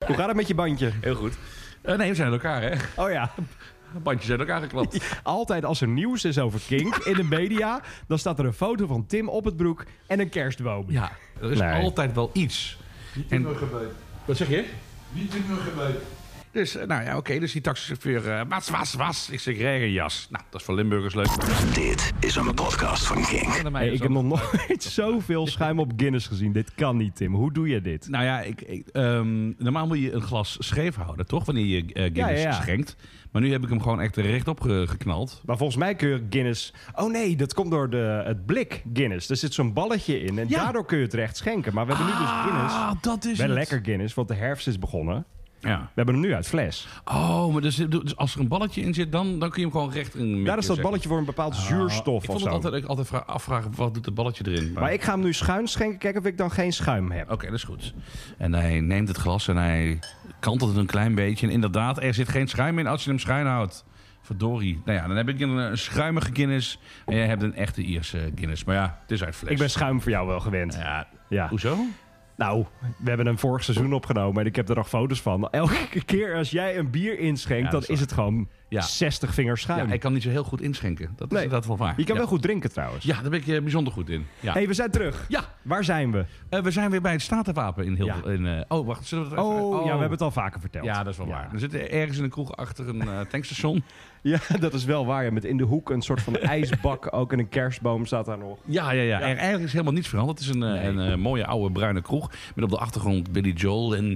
Hoe gaat het met je bandje? Heel goed. Nee, we zijn uit elkaar, hè? Oh ja. Bandjes uit elkaar geklapt. Altijd als er nieuws is over Kink in de media, dan staat er een foto van Tim op het broek en een kerstboom. Ja, er is altijd wel iets. En gebeurd. Wat zeg je? Niet in mijn gebeurd. Dus, dus die taxichauffeur, was. Ik zeg regenjas. Nou, dat is voor Limburgers leuk. Dit is een podcast van Kink. Hey, ik heb nog nooit zoveel schuim op Guinness gezien. Dit kan niet, Tim. Hoe doe je dit? Nou ja, normaal moet je een glas scheef houden, toch? Wanneer je Guinness schenkt. Maar nu heb ik hem gewoon echt rechtop geknald. Maar volgens mij kun je Guinness... Oh nee, dat komt door het blik Guinness. Er zit zo'n balletje in en daardoor kun je het recht schenken. Maar we hebben nu dus Guinness. Dat is wel het. Lekker Guinness, want de herfst is begonnen. Ja. We hebben hem nu uit fles. Oh, maar dus als er een balletje in zit, dan kun je hem gewoon recht in. Daar is dat balletje voor een bepaald zuurstof ik of vond zo. het altijd afvragen, wat doet het balletje erin? Maar ik ga hem nu schuin schenken, kijken of ik dan geen schuim heb. Oké, dat is goed. En hij neemt het glas en hij kantelt het een klein beetje. En inderdaad, er zit geen schuim in als je hem schuin houdt. Verdorie. Nou ja, dan heb ik een schuimige Guinness. En jij hebt een echte Ierse Guinness. Maar ja, het is uit fles. Ik ben schuim voor jou wel gewend. Ja. Hoezo? Nou, we hebben hem vorig seizoen opgenomen en ik heb er nog foto's van. Elke keer als jij een bier inschenkt, dan is het gewoon 60 vingers schuim. Ja, ik kan niet zo heel goed inschenken. Dat is inderdaad wel waar. Je kan wel goed drinken trouwens. Ja, daar ben ik bijzonder goed in. Ja. Hey, we zijn terug. Ja. Waar zijn we? We zijn weer bij het Statenwapen in heel wacht. Zullen we het even... Ja, we hebben het al vaker verteld. Ja, dat is wel waar. We zitten ergens in een kroeg achter een tankstation. Ja, dat is wel waar. Met in de hoek een soort van ijsbak ook en een kerstboom staat daar nog. Ja. Eigenlijk is helemaal niets veranderd. Het is een mooie oude bruine kroeg. Met op de achtergrond Billy Joel en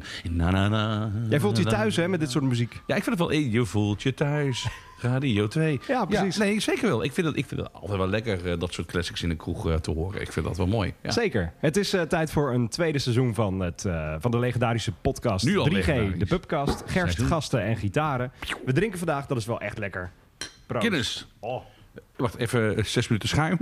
na. Jij voelt je thuis hè, met dit soort muziek? Ja, ik vind het wel... Je voelt je thuis. Radio 2. Ja, precies. Nee, zeker wel. Ik vind het altijd wel lekker dat soort classics in de kroeg te horen. Ik vind dat wel mooi. Ja. Zeker. Het is tijd voor een tweede seizoen van de legendarische podcast Nu al 3G, legendarisch. de pubcast. Gerst, gasten en gitaren. We drinken vandaag, dat is wel echt lekker. Proost. Guinness. Oh. Wacht, even 6 minuten schuim.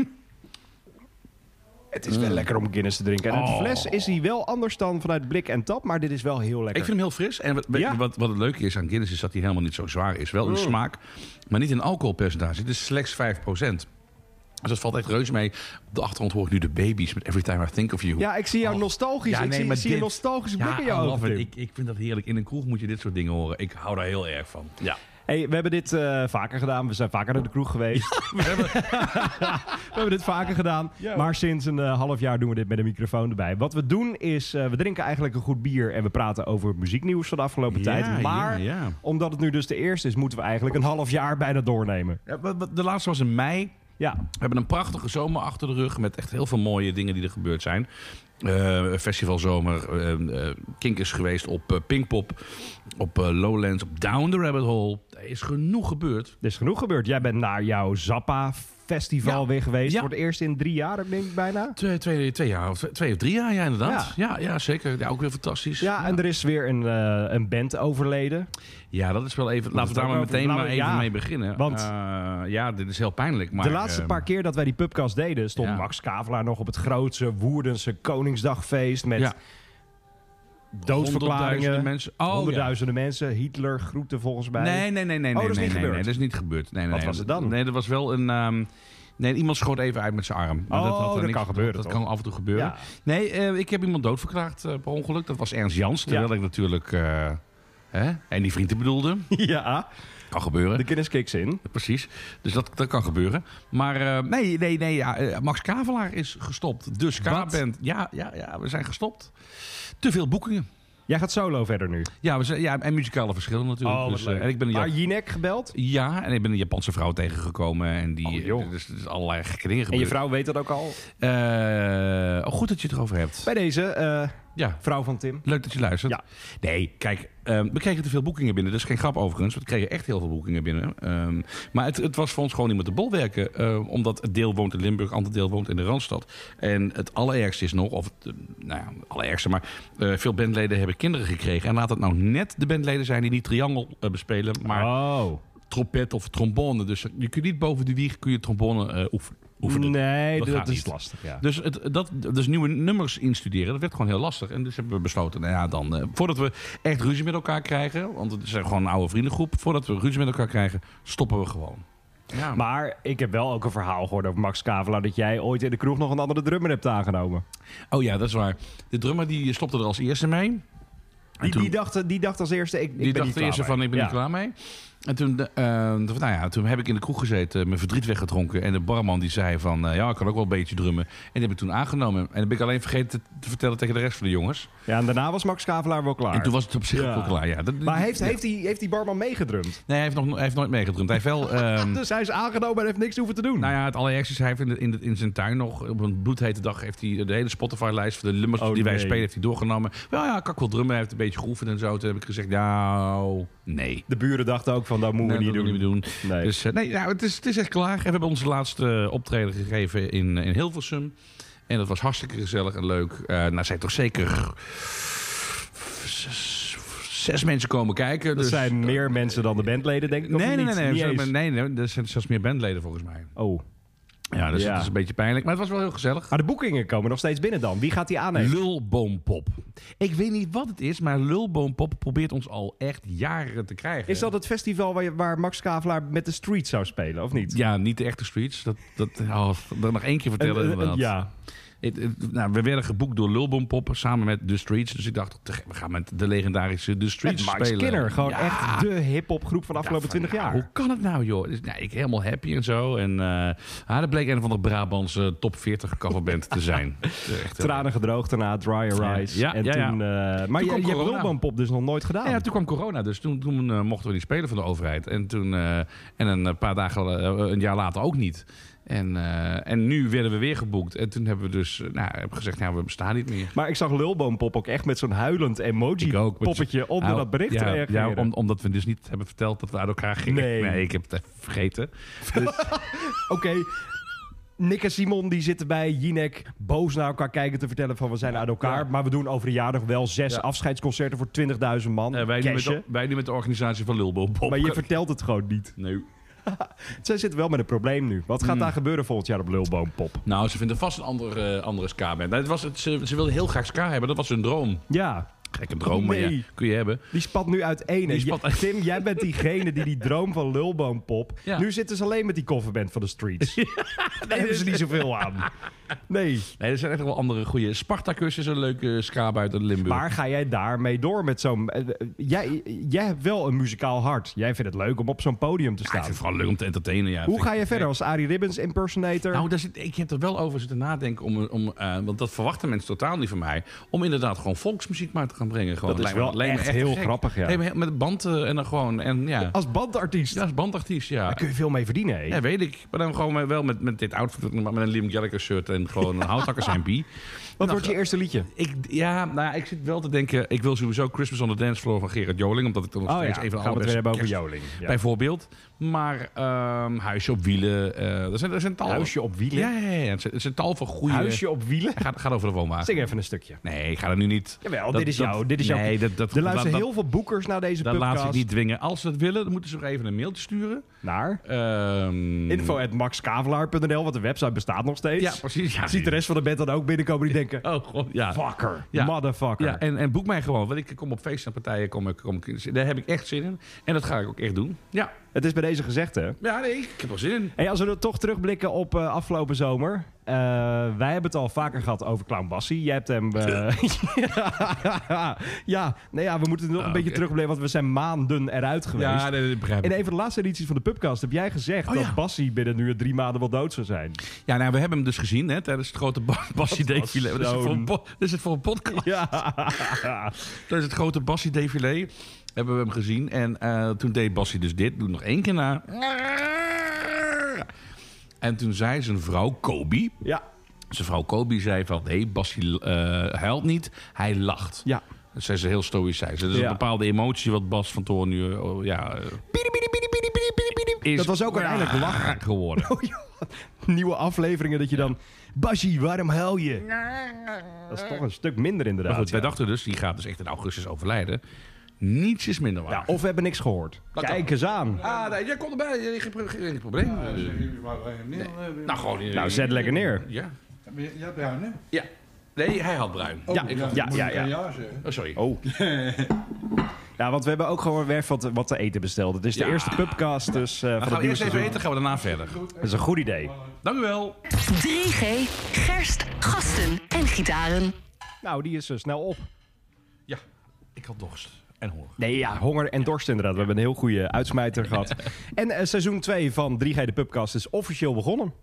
Het is wel lekker om Guinness te drinken. En uit de fles is hij wel anders dan vanuit blik en tap, maar dit is wel heel lekker. Ik vind hem heel fris. En wat het leuke is aan Guinness is dat hij helemaal niet zo zwaar is. Wel in smaak, maar niet in alcoholpercentage. Het is slechts 5%. Dus dat valt echt reuze mee. Op de achtergrond hoor ik nu de baby's met Every Time I Think of You. Ja, ik zie jou nostalgisch. Ik zie een nostalgische blik in je ogen. Ik vind dat heerlijk. In een kroeg moet je dit soort dingen horen. Ik hou daar heel erg van. Ja. Hey, we hebben dit vaker gedaan. We zijn vaker naar de kroeg geweest. We hebben dit vaker gedaan. Ja, maar sinds een half jaar doen we dit met een microfoon erbij. Wat we doen is, we drinken eigenlijk een goed bier en we praten over muzieknieuws van de afgelopen tijd. Maar omdat het nu dus de eerste is, moeten we eigenlijk een half jaar bijna doornemen. Ja, de laatste was in mei. Ja. We hebben een prachtige zomer achter de rug met echt heel veel mooie dingen die er gebeurd zijn. Festivalzomer. Kink is geweest op Pinkpop, op Lowlands, op Down the Rabbit Hole. Er is genoeg gebeurd. Er is genoeg gebeurd. Jij bent naar jouw Zappa-festival weer geweest. Voor het eerst in 3 jaar, denk ik bijna. 2 jaar of 2 of 3 jaar, ja, inderdaad. Ja, zeker. Ja, ook weer fantastisch. Ja, en er is weer een band overleden. Ja, dat is wel even... Laten we daar maar meteen even mee beginnen. Want dit is heel pijnlijk. Maar, de laatste paar keer dat wij die pubcast deden, stond Max Kavelaar nog op het grootste Woerdense Koningsdagfeest met doodverklaringen. Honderdduizenden mensen. Hitler groette volgens mij. Nee, dat is niet gebeurd. Wat was het dan? Nee, dat was wel een... iemand schoot even uit met zijn arm. Maar dat kan gebeuren, Dat kan af en toe gebeuren. Ja. Nee, ik heb iemand doodverklaard per ongeluk. Dat was Ernst Jans. Terwijl ik natuurlijk... en die vrienden bedoelde. Ja. Kan gebeuren. De kennis kicks in. Precies. Dus dat kan gebeuren. Maar Max Kavelaar is gestopt. De ska-band. Ja, we zijn gestopt. Te veel boekingen. Jij gaat solo verder nu? Ja, en muzikale verschillen natuurlijk. Oh, dus, en ik ben maar Jinek gebeld? Ja, en ik ben een Japanse vrouw tegengekomen. En dus allerlei gekke dingen gebeurd. En je vrouw weet dat ook al? Goed dat je het erover hebt. Bij deze, vrouw van Tim. Leuk dat je luistert. Ja. Nee, kijk, we kregen te veel boekingen binnen. Dat is geen grap overigens. We kregen echt heel veel boekingen binnen. Maar het was voor ons gewoon niet met de bol werken. Omdat het deel woont in Limburg, het andere deel woont in de Randstad. En het allerergste is nog, allerergste, maar veel bandleden hebben kinderen gekregen. En laat het nou net de bandleden zijn die niet triangel bespelen, maar trompet of trombone. Dus je kunt niet boven de wieg trombone oefenen. Nee, dat is lastig. Ja. Dus nieuwe nummers instuderen, dat werd gewoon heel lastig. En dus hebben we besloten, voordat we echt ruzie met elkaar krijgen, want het is gewoon een oude vriendengroep, voordat we ruzie met elkaar krijgen, stoppen we gewoon. Ja. Maar ik heb wel ook een verhaal gehoord over Max Kavelaar dat jij ooit in de kroeg nog een andere drummer hebt aangenomen. Oh ja, dat is waar. De drummer die stopte er als eerste mee. Die dacht als eerste, ik ben niet klaar ik ben niet klaar mee. En toen heb ik in de kroeg gezeten, mijn verdriet weggedronken. En de barman die zei van, ik kan ook wel een beetje drummen. En die heb ik toen aangenomen. En dat heb ik alleen vergeten te vertellen tegen de rest van de jongens. Ja, en daarna was Max Kavelaar wel klaar. En toen was het op zich ook wel klaar, ja. Maar heeft die barman meegedrumd? Nee, hij heeft nooit meegedrumd. Hij heeft wel... Dus hij is aangenomen en heeft niks hoeven te doen? Nou ja, het allerergste is, hij heeft in zijn tuin nog... Op een bloedhete dag heeft hij de hele Spotify-lijst van de nummers die wij spelen heeft hij doorgenomen. Wel ja, kan ik wel drummen. Hij heeft een beetje geoefend en zo. Toen heb ik gezegd, nou, nee. De buren dachten ook van, dat moeten we niet doen. Nee. Dus het is echt klaar. En we hebben onze laatste optreden gegeven in Hilversum. En dat was hartstikke gezellig en leuk. Zijn toch zeker 6 mensen komen kijken. Dat zijn meer mensen dan de bandleden, denk ik. Nee. Er zijn zelfs meer bandleden volgens mij. Oh. Ja, dus het is een beetje pijnlijk. Maar het was wel heel gezellig. Maar de boekingen komen nog steeds binnen dan. Wie gaat die aannemen? Lulboompop. Ik weet niet wat het is, maar Lulboompop probeert ons al echt jaren te krijgen. Is dat het festival waar Max Kavelaar met de Streets zou spelen, of niet? Ja, niet de echte Streets. Dat nog 1 keer vertellen inderdaad. Ja. We werden geboekt door Lulboompop samen met The Streets. Dus ik dacht, we gaan met de legendarische The Streets spelen. Mike spelen. Skinner, gewoon echt de hip-hop groep van de afgelopen 20 jaar. Hoe kan het nou, joh? Dus, ik helemaal happy en zo. En dat bleek een van de Brabantse top 40 coverband te zijn. Echt, tranen gedroogd daarna, Dry Your Eyes. Ja. Maar je hebt Lulboompop dus nog nooit gedaan. Ja, toen kwam corona. Dus toen mochten we niet spelen van de overheid. En toen een paar dagen, een jaar later ook niet. En nu werden we weer geboekt. En toen hebben we dus gezegd, we bestaan niet meer. Maar ik zag Lulboompop ook echt met zo'n huilend emoji-poppetje onder dat bericht reageren. Ja, omdat we dus niet hebben verteld dat we uit elkaar gingen. Nee, ik heb het even vergeten. Dus... Oké. Nick en Simon die zitten bij Jinek boos naar elkaar kijken te vertellen van we zijn uit elkaar. Ja. Maar we doen over een jaar nog wel 6 afscheidsconcerten voor 20.000 man. Wij nu met de organisatie van Lulboompop. Maar je vertelt het gewoon niet. Nee. Zij zitten wel met een probleem nu. Wat gaat daar gebeuren volgend jaar op Lulboompop? Nou, ze vinden vast een andere ska-band. Ze wilden heel graag ska hebben, dat was hun droom. Ja. Gekke droom, maar kun je hebben. Die spat nu uiteen. Tim, jij bent diegene die droom van Lulboompop... Ja. Nu zitten ze alleen met die coverband van de Streets. Daar hebben ze niet zoveel aan. Nee, er zijn echt wel andere goede. Spartacus is een leuke ska uit Limburg. Maar ga jij daarmee door met zo'n... Jij hebt wel een muzikaal hart. Jij vindt het leuk om op zo'n podium te staan. Ik vind het vooral leuk om te entertainen. Ja. Hoe ga je verder als Arie Ribbons impersonator? Nou, ik heb er wel over zitten nadenken. Want dat verwachten mensen totaal niet van mij. Om inderdaad gewoon volksmuziek maar te gaan brengen. Gewoon, dat is wel echt heel grappig, ja. Hey, met band en dan gewoon... Als bandartiest? Ja, als bandartiest, ja. Daar kun je veel mee verdienen, hè? Ja, weet ik. Maar dan gewoon wel met dit outfit, met een Liam Gallagher shirt en gewoon een houthakkershempie. Wat wordt je eerste liedje? Ik zit wel te denken... Ik wil sowieso Christmas on the Dance Floor van Gerard Joling. Omdat ik dan nog steeds even... Gaan we het weer hebben over Joling. Ja. Bijvoorbeeld. Maar Huisje op Wielen. Er zijn tal... Huisje op Wielen? Ja. Er zijn tal van goede... Huisje op Wielen? Gaat over de woonwagen. Zing even een stukje. Nee, ik ga er nu niet... Jawel, dit is jouw... Nee, er luisteren heel veel boekers naar deze podcast. Dat laat zich niet dwingen. Als ze dat willen, dan moeten ze nog even een mailtje sturen. Naar? info@maxkavelaar.nl, want de website bestaat nog steeds. Ja, precies. Ja, ziet de rest van de band dan ook binnenkomen die denken... Oh, god, ja. Fucker. Ja. Motherfucker. Ja, en boek mij gewoon. Want ik kom op feesten en partijen. Daar heb ik echt zin in. En dat ga ik ook echt doen. Ja. Het is bij deze gezegd, hè? Ja, nee, ik heb er zin in. Hey, als we toch terugblikken op afgelopen zomer. Wij hebben het al vaker gehad over Clown Bassie. Jij hebt hem... we moeten nog een beetje terugblijven, want we zijn maanden eruit geweest. Ja, nee, begrijp ik. In een van de laatste edities van de Pubcast heb jij gezegd dat Bassie binnen nu 3 maanden wel dood zou zijn. Ja, nou, we hebben hem dus gezien tijdens het grote Bassie-défilé. Dat is het voor een podcast. Ja. Dat is het grote Bassie-défilé. Hebben we hem gezien. En toen deed Bassie dus dit. Doe nog 1 keer na. En toen zei zijn vrouw, Kobe... Ja. Zijn vrouw Kobe zei van... Nee, Bassie huilt niet. Hij lacht. Ja. Dat zei ze heel stoïcijns. Dus een bepaalde emotie wat Bas van Toorn nu... dat was ook uiteindelijk lachen geworden. Nieuwe afleveringen dat je dan... Bassie, waarom huil je? Dat is toch een stuk minder inderdaad. Maar goed, wij dachten dus... Die gaat dus echt in augustus overlijden. Niets is minder waar. Ja, of we hebben niks gehoord. Kijk eens aan. Nee, jij kon erbij. Geen probleem. Nou, gewoon... Nou, zet lekker neer. Ja. Jij hebt bruin, hè? Ja. Nee, hij had bruin. Ja. Oh, sorry. Oh. Ja, want we hebben ook gewoon weer wat te eten besteld. Het is de eerste pubcast, dus... Dan gaan we eerst even eten, gaan we daarna verder. Dat is een goed idee. Dank u wel. 3G, gerst, gasten en gitaren. Nou, die is snel op. Ja. Ik had dorst en honger. Nee, ja, honger en dorst inderdaad. We hebben een heel goede uitsmijter gehad. En seizoen 2 van 3G de Pubcast is officieel begonnen.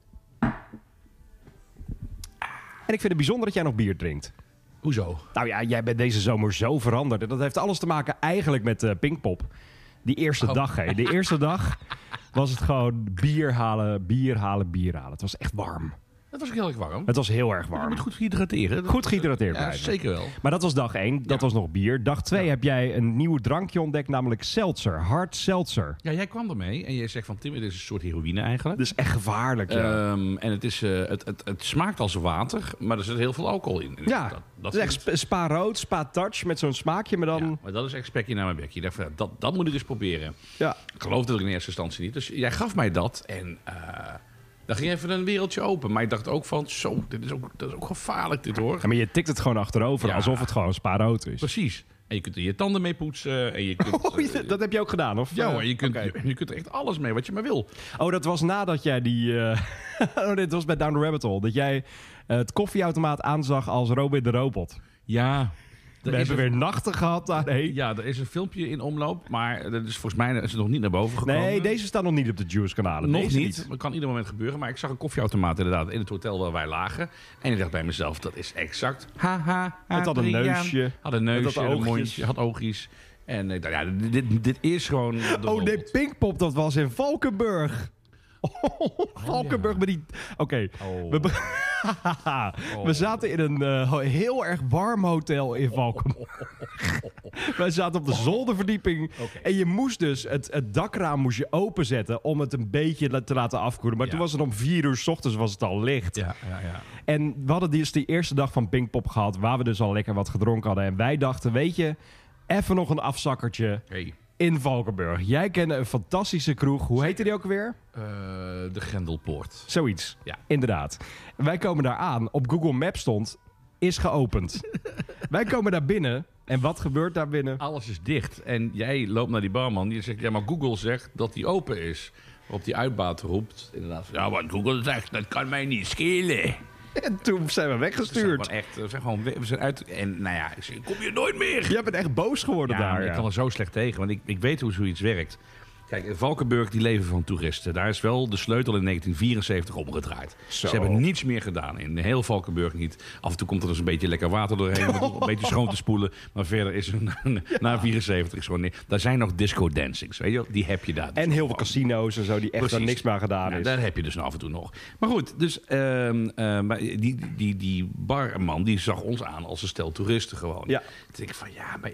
En ik vind het bijzonder dat jij nog bier drinkt. Hoezo? Nou ja, jij bent deze zomer zo veranderd. En dat heeft alles te maken eigenlijk met Pinkpop. Die eerste dag, hè. De eerste dag was het gewoon bier halen. Het was echt warm. Het was ook heel erg warm. Het was heel erg Je warm. moet goed hydrateren. Goed gehydrateerd Ja, blijven. zeker wel. Maar dat was dag 1. Dat was nog bier. Dag 2 heb jij een nieuw drankje ontdekt, namelijk seltzer. Hard seltzer. Ja, jij kwam ermee en jij zegt van Tim, dit is een soort heroïne eigenlijk. Dat is echt gevaarlijk, ja. En het, is, het smaakt als water, maar er zit heel veel alcohol in. Ja, dat het is echt Spa Rood, Spa Touch met zo'n smaakje, maar dan... Ja, maar dat is echt spekje naar mijn bekje. Ik dacht van, dat moet ik eens proberen. Ja. Ik geloofde er in eerste instantie niet. Dus jij gaf mij dat en dan ging even een wereldje open. Maar ik dacht ook van, zo, dat is ook gevaarlijk dit hoor. Ja, maar je tikt het gewoon achterover, Ja. alsof het gewoon Spa Rood is. Precies. En je kunt er je tanden mee poetsen. En je kunt, Dat heb je ook gedaan, of? ja hoor, je kunt, Oké. je kunt er echt alles mee wat je maar wil. Oh, dat was nadat jij die... oh, dit was bij Down the Rabbit Hole. Dat jij het koffieautomaat aanzag als Robin de Robot. Ja. We hebben weer nachten gehad daarheen. Ja, er is een filmpje in omloop, maar dat is volgens mij is het nog niet naar boven gekomen. Nee, deze staan nog niet op de Juice-kanalen. Nog Deze niet. Dat kan ieder moment gebeuren. Maar ik zag een koffieautomaat inderdaad in het hotel waar wij lagen. En ik dacht bij mezelf, dat is exact. Haha. Het had een Adriaan. neusje. Had een neusje, Het had een oogjes. mondje, had oogjes. En ik dacht, ja, dit is gewoon de Oh nee, robot. Pinkpop, dat was in Valkenburg. Valkenburg met die... Oké, Oh. we zaten in een heel erg warm hotel in Valkenburg. Wij zaten op de zolderverdieping. En je moest dus, het dakraam moest je openzetten om het een beetje te laten afkoelen. Maar Ja. toen was het om 4 uur 's ochtends was het al licht. Ja. En we hadden dus die eerste dag van Pinkpop gehad, waar we dus al lekker wat gedronken hadden. En wij dachten, weet je, even nog een afzakkertje Hey, in Valkenburg. Jij kende een fantastische kroeg. Hoe heette die ook alweer? de Grendelpoort. Zoiets. Ja. Inderdaad. Wij komen daar aan. Op Google Maps stond, is geopend. Wij komen daar binnen. En wat gebeurt daar binnen? Alles is dicht. En jij loopt naar die barman. Die zegt, ja, maar Google zegt dat die open is. Waarop die uitbater roept, inderdaad. Ja, wat Google zegt, dat kan mij niet schelen. En toen zijn we We weggestuurd. zijn gewoon we zijn uit. En nou ja, ik zeg, kom je nooit meer. Jij bent echt boos geworden Ja, daar. maar Ja. ik kan er zo slecht tegen, want ik weet hoe zoiets werkt. Kijk, in Valkenburg die leven van toeristen. Daar is wel de sleutel in 1974 omgedraaid. Zo. Ze hebben niets meer gedaan. In heel Valkenburg niet. Af en toe komt er dus een beetje lekker water doorheen. Om het een beetje schoon te spoelen. Maar verder is er na 74 is gewoon niet. Daar zijn nog disco dancings. Weet je wel? Die heb je daar. Dus En heel veel nog. casinos en zo die echt daar niks meer aan gedaan Nou, is. daar heb je dus af en toe nog. Maar goed, dus maar die barman die zag ons aan als een stel toeristen gewoon. Ja. Toen denk ik van ja, maar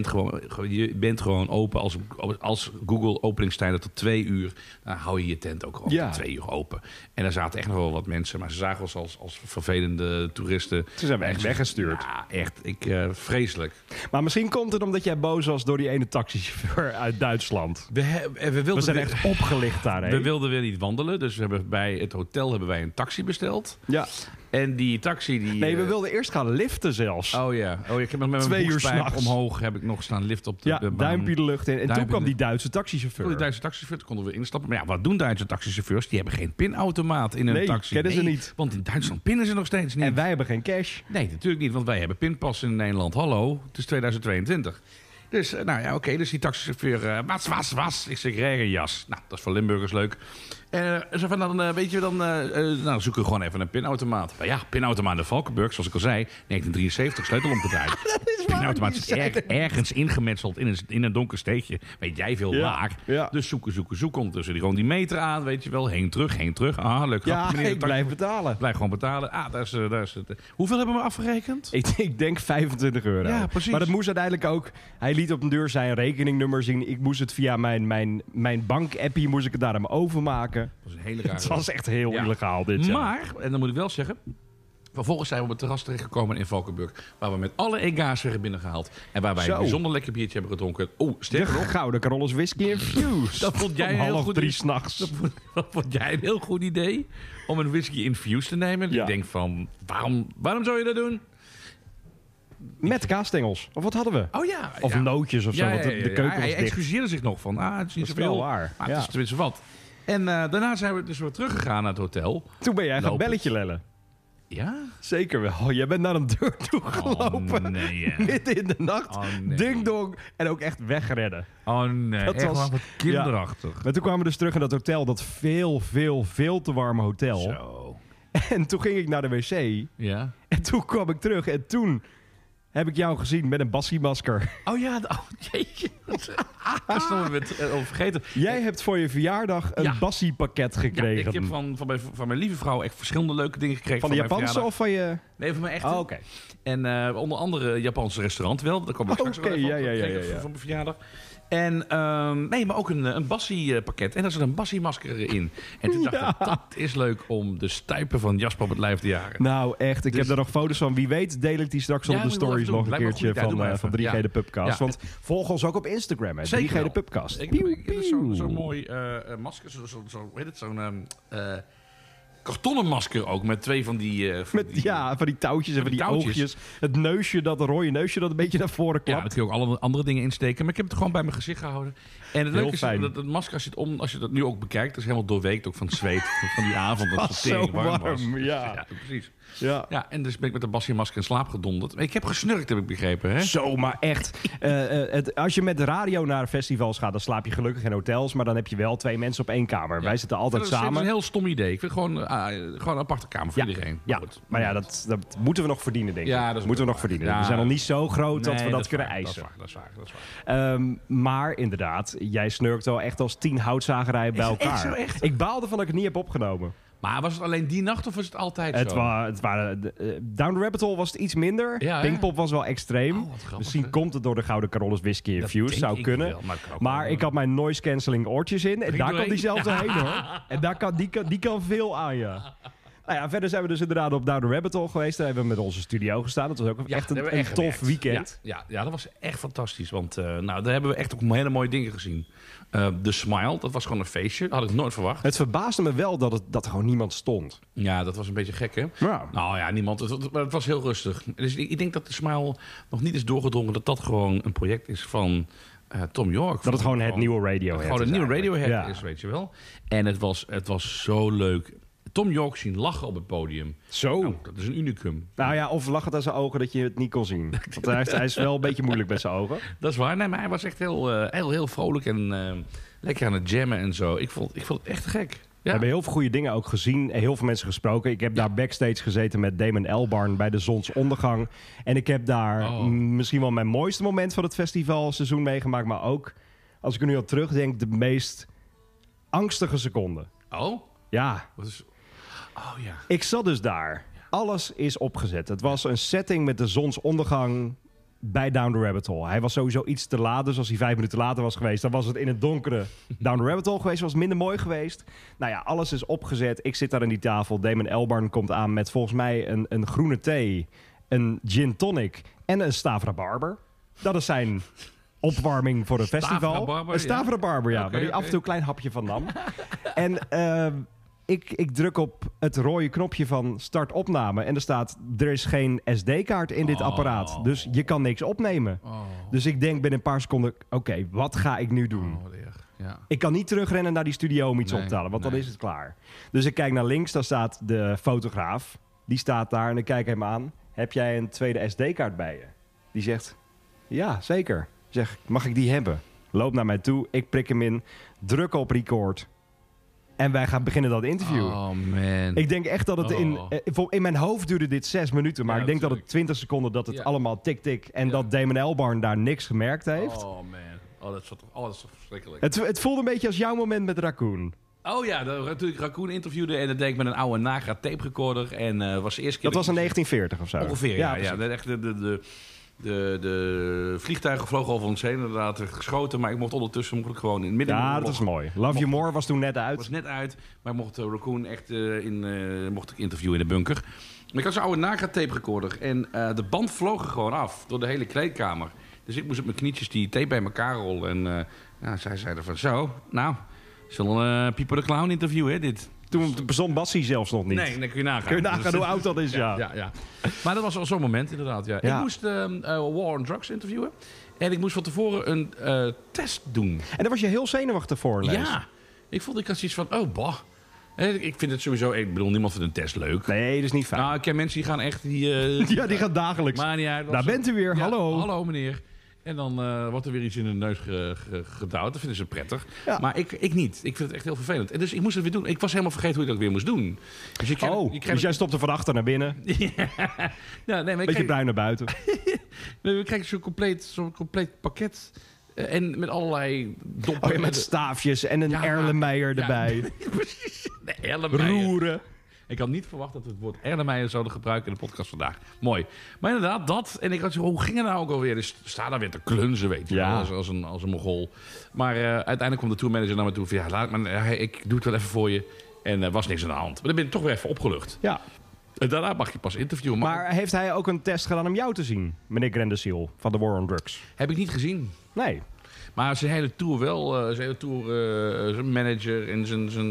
je bent gewoon open als Google openingstijden tot 2 uur. Dan hou je je tent ook gewoon Ja. tot 2 uur open. En daar zaten echt nog wel wat mensen, maar ze zagen ons als vervelende toeristen. Toen zijn we echt En ze- weggestuurd. Ja, echt. Vreselijk. Maar misschien komt het omdat jij boos was door die ene taxichauffeur uit Duitsland. We We wilden zijn echt opgelicht daarheen. We wilden weer niet wandelen, dus we hebben bij het hotel hebben wij een taxi besteld. Ja. En die taxi die... Nee, we wilden eerst gaan liften zelfs. Oh ja, ik heb nog met 2 mijn uur boekspijp 's nachts. omhoog heb ik nog staan lift op de Ja, baan. duimpje de lucht in. En toen Duimpje kwam de- die Duitse taxichauffeur. Die Duitse taxichauffeur, toen konden we instappen. Maar ja, wat doen Duitse taxichauffeurs? Die hebben geen pinautomaat in een Nee, taxi. kennen ze niet. Want in Duitsland pinnen ze nog steeds niet. En wij hebben geen cash. Nee, natuurlijk niet, want wij hebben pinpas in Nederland. Hallo, het is 2022. Dus, nou ja, oké, dus die taxichauffeur, was. Ik zeg, regenjas. Nou, dat is voor Limburgers leuk. Zo van, dan weet je, dan zoeken we gewoon even een pinautomaat. Maar ja, pinautomaat in Valkenburg, zoals ik al zei, 1973, sleutel omgedraaid. Pinautomaat is ergens ingemetseld in een donker steegje. Weet jij veel Ja, waar. ja. Dus zoeken. Ondertussen gewoon die meter aan, weet je wel. Heen, terug. Ah, leuk. Ja, grapje, meneer de ik taxi- blijf betalen. Blijf gewoon betalen. Ah, daar is het. Hoeveel hebben we afgerekend? Ik denk 25 euro. Ja, precies. Maar dat moest uiteindelijk ook... Hij liet op een deur zijn rekeningnummer zien. Ik moest het via mijn bank-appie moest ik het daar hem overmaken. Dat was een hele rare... Het was echt heel Ja. illegaal dit jaar. Maar, en dan moet ik wel zeggen... Vervolgens zijn we op het terras terechtgekomen in Valkenburg. Waar we met alle ega's weer binnengehaald. En waar wij Zo. een bijzonder lekker biertje hebben gedronken. Oh, De sterker nog. Gouden Carolus Whisky Infused. Dat vond jij Om een heel 2:30 goed 3 s'nachts. Dat vond jij een heel goed idee. Om een whisky infused te nemen. Ja. Ik denk van, waarom zou je dat doen? Met kaasstengels. Of wat hadden we? Oh ja. Of ja. nootjes of zo, want de keuken Hij was dicht. excuseerde zich nog van, het is niet Dat is zoveel. wel waar, Maar ja. het is tenminste wat. En daarna zijn we dus weer teruggegaan naar het hotel. Toen ben jij gaan Lopend. belletje lellen. Ja? Zeker wel. Jij bent naar een deur toe gelopen. Oh, nee, hè. Midden in de nacht. Oh, nee. Ding dong. En ook echt wegrennen. Oh nee, Dat echt was- wel wat kinderachtig. Maar toen kwamen we dus terug in dat hotel. Dat veel te warme hotel. Zo. En toen ging ik naar de wc. Ja. En toen kwam ik terug. En toen heb ik jou gezien met een Bassie-masker. Oh ja, jeetje. Dat is nog vergeten. Jij hebt voor je verjaardag een Ja. Bassie-pakket Ja, gekregen. ik heb van mijn lieve vrouw echt verschillende leuke dingen gekregen. Van de mijn Japanse verjaardag. of van je... Nee, van mijn echte. Oh, oké. En onder andere Japanse restaurant wel. Daar kom ik straks Oké, wel even op. ja. Dat kreeg ik Voor mijn verjaardag. En maar ook een Bassie-pakket. En daar zit een Bassie-masker in. En toen dacht ik, dat is leuk om de stuipen van Jasper op het lijf te jagen. Nou, echt. Ik Dus- heb daar nog foto's van. Wie weet deel ik die straks Ja, op de moet je wel stories even nog doen. een Lijkt me een keertje goede idee. Doe maar van even. 3G de Pubcast. Ja. Want volg ons ook op Instagram, hè. Zeker 3G de wel. Pubcast. Ik Pieuw, heb pieuw. zo'n mooi masker. Hoe heet het? Zo'n kartonnen masker ook. Met twee van die... Van die touwtjes en van die touwtjes. oogjes. Het neusje, dat rode neusje dat een beetje naar voren Ja, daar klapt. kun je ook alle andere dingen insteken. Maar ik heb het gewoon bij mijn gezicht gehouden. En het Heel leuke is fijn. dat het masker, als je dat nu ook bekijkt, dat is helemaal doorweekt ook van het zweet van die avond. Dat Was het tering zo warm, was. ja. Precies. Ja. Ja, en dus ben ik met de Bassie-masker in slaap gedonderd. Maar ik heb gesnurkt, heb ik begrepen. Hè? Zo, maar echt. Als je met de radio naar festivals gaat, dan slaap je gelukkig in hotels. Maar dan heb je wel 2 mensen op 1 kamer. Wij zitten altijd Dat is samen. een heel stom idee. Ik vind gewoon een aparte kamer voor iedereen. Ja, Goed. maar ja, dat moeten we nog verdienen, denk ik. Ja, dat is moeten we waar. nog verdienen. Ja. We zijn nog niet zo groot dat Nee, we dat is kunnen waar, eisen. Dat is waar. Maar inderdaad, jij snurkt wel echt als 10 houtzagerijen bij Is het elkaar. echt zo, echt? Ik baalde van dat ik het niet heb opgenomen. Maar was het alleen die nacht of was het altijd zo? Het waren Down the Rabbit Hole was het iets minder. Ja, hè? Pinkpop was wel extreem. Oh, wat grappig, Misschien hè? komt het door de Gouden Carolus Whisky Infused. denk Zou ik kunnen. wel, maar het kan ook Maar wel. ik had mijn noise cancelling oortjes in. En Ging daar kan doorheen? die zelfs doorheen hoor. En daar die kan veel aan je. Nou ja, verder zijn we dus inderdaad op Down the Rabbit Hole geweest. Daar hebben we met onze studio gestaan. Dat was ook echt daar hebben we een echt tof gewerkt. weekend. Ja, dat was echt fantastisch. Want daar hebben we echt ook hele mooie dingen gezien. The Smile, dat was gewoon een feestje. Dat had ik nooit verwacht. Het verbaasde me wel dat er gewoon niemand stond. Ja, dat was een beetje gek, hè? Ja. Nou ja, niemand. Maar het was heel rustig. Dus ik denk dat The Smile nog niet is doorgedrongen dat dat gewoon een project is van Tom York. Dat het gewoon het nieuwe Radiohead Gewoon is een nieuwe eigenlijk. Radiohead Ja. is, weet je wel. En het was zo leuk. Tom York zien lachen op het podium. Zo. Nou, dat is een unicum. Nou ja, of lag het aan zijn ogen dat je het niet kon zien. Want hij is wel een beetje moeilijk met zijn ogen. Dat is waar. Nee, maar hij was echt heel vrolijk en lekker aan het jammen en zo. Ik vond het echt gek. We Ja. hebben heel veel goede dingen ook gezien. Heel veel mensen gesproken. Ik heb daar backstage gezeten met Damon Albarn bij de zonsondergang. En ik heb daar misschien wel mijn mooiste moment van het festivalseizoen meegemaakt. Maar ook, als ik er nu op terugdenk, de meest angstige seconde. Oh? Ja, Wat is... Oh ja. ik zat dus daar. Alles is opgezet. Het was een setting met de zonsondergang bij Down the Rabbit Hole. Hij was sowieso iets te laat, dus als hij 5 minuten later was geweest, dan was het in het donkere Down the Rabbit Hole geweest. Was minder mooi geweest. Nou ja, alles is opgezet. Ik zit daar aan die tafel. Damon Albarn komt aan met volgens mij een groene thee, een gin tonic en een Stavrabarber. Dat is zijn opwarming voor het festival. Stavrabarber, Een Stavrabarber, ja. Oké, waar hij af en toe een klein hapje van nam. En ik druk op het rode knopje van start opname. En er staat, er is geen SD-kaart in dit apparaat. Dus je kan niks opnemen. Dus ik denk binnen een paar seconden, oké, wat ga ik nu doen? Oh, wat erg. Ja. Ik kan niet terugrennen naar die studio om iets Nee, op te halen, want dan nee. is het klaar. Dus ik kijk naar links, daar staat de fotograaf. Die staat daar en ik kijk hem aan. Heb jij een tweede SD-kaart bij je? Die zegt, ja, zeker. Ik zeg, mag ik die hebben? Loop naar mij toe, ik prik hem in, druk op record. En wij gaan beginnen dat interview. Oh man. Ik denk echt dat het in mijn hoofd duurde dit 6 minuten. Maar Ja, ik denk dat het natuurlijk. 20 seconden dat het Ja. allemaal tik-tik. En Ja. dat Damon Albarn daar niks gemerkt heeft. Oh man. Dat is toch verschrikkelijk. Het voelde een beetje als jouw moment met Raccoon. Oh ja, natuurlijk Raccoon interviewde en dat deed ik met een oude Nagra tape recorder. En was de eerste keer... Dat was in 1940 of zo. Ongeveer, ja. precies. De vliegtuigen vlogen over ons heen, inderdaad geschoten. Maar ik mocht ondertussen gewoon in het midden... Ja, dat is mooi. Love You More was toen net uit. was net uit, maar ik mocht Raccoon echt mocht ik interviewen in de bunker. Maar ik had zo'n oude Nagra tape recorder en de band vloog er gewoon af door de hele kleedkamer. Dus ik moest op mijn knietjes die tape bij elkaar rollen. En zij zeiden van zo, nou, zullen Pieper de Clown interviewen, hè, dit? Toen bestond Bassie zelfs nog niet. Nee, dan kun je nagaan. Kun je nagaan Dus- hoe oud dat is, ja. Ja. Maar dat was al zo'n moment, inderdaad. Ja. Ja. Ik moest War on Drugs interviewen. En ik moest van tevoren een test doen. En daar was je heel zenuwachtig voor, Lees. Ja. Ik had zoiets van, oh, bah. Ik vind het sowieso... Ik bedoel, niemand vindt een test leuk. Nee, dat is niet fijn. Nou, ik ken mensen die gaan echt... Die die gaan dagelijks. Maar niet uit. Daar bent u weer, Ja, hallo. Hallo meneer. En dan wordt er weer iets in de neus gedouwd. Dat vinden ze prettig. Ja. Maar ik niet. Ik vind het echt heel vervelend. En dus ik moest het weer doen. Ik was helemaal vergeten hoe ik dat weer moest doen. Dus Dus jij stopte van achter naar binnen. Ja, nee, maar Beetje bruin naar buiten. we krijgen zo'n compleet pakket. En met allerlei doppen. Met staafjes en een Erlenmeyer erbij. Precies. De Erlenmeyer. Roeren. Ik had niet verwacht dat we het woord Erlenmeyer zouden gebruiken in de podcast vandaag. Mooi. Maar inderdaad, dat. En ik had zo, hoe ging het nou ook alweer? Dus sta daar weer te klunzen, weet je wel. Als een Mogol. Maar uiteindelijk kwam de tourmanager naar me toe. Van, ik doe het wel even voor je. En er was niks aan de hand. Maar dan ben ik toch weer even opgelucht. Ja. En daarna mag je pas interviewen. Maar heeft hij ook een test gedaan om jou te zien? Meneer Grendesiel van The War on Drugs. Heb ik niet gezien. Nee. Maar zijn hele tour wel. Zijn hele tour, zijn manager en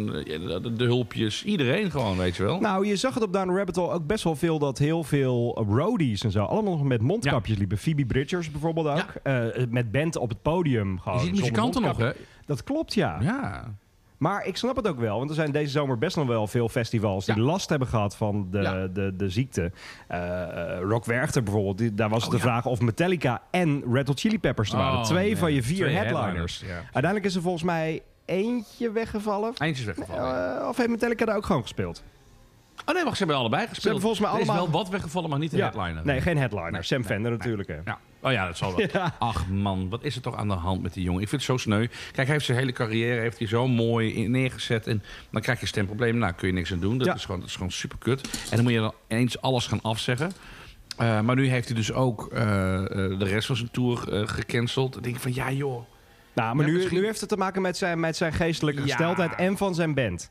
de hulpjes. Iedereen gewoon, weet je wel. Nou, je zag het op Down the Rabbit Hole ook best wel veel... dat heel veel roadies en zo allemaal nog met mondkapjes liepen. Phoebe Bridgers bijvoorbeeld ook. Met band op het podium. Gewoon, je ziet muzikanten nog, hè? Dat klopt, ja. Ja. Maar ik snap het ook wel, want er zijn deze zomer best nog wel veel festivals die last hebben gehad van de ziekte. Rock Werchter bijvoorbeeld, daar was de vraag of Metallica en Red Hot Chili Peppers er waren. 2 van je 4 headliners. Ja. Uiteindelijk is er volgens mij eentje weggevallen. Eentje is weggevallen. Of heeft Metallica daar ook gewoon gespeeld? Oh nee, wacht, ze hebben allebei gespeeld. Ze hebben volgens mij allemaal... Er is wel wat weggevallen, maar niet de headliner. Nee, geen headliner. Sam Fender natuurlijk. Hè. Ja. Oh ja, dat zal wel. Ja. Ach man, wat is er toch aan de hand met die jongen? Ik vind het zo sneu. Kijk, hij heeft zijn hele carrière heeft hij zo mooi neergezet. En dan krijg je stemproblemen. Nou, kun je niks aan doen. Dat is gewoon super kut. En dan moet je dan eens alles gaan afzeggen. Maar nu heeft hij dus ook de rest van zijn tour gecanceld. Dan denk ik van, ja joh. Nou, maar nu heeft het te maken met zijn geestelijke gesteldheid en van zijn band.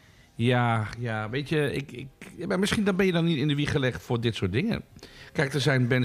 Ja, weet je, maar misschien dan ben je dan niet in de wieg gelegd voor dit soort dingen. Kijk, er zijn bands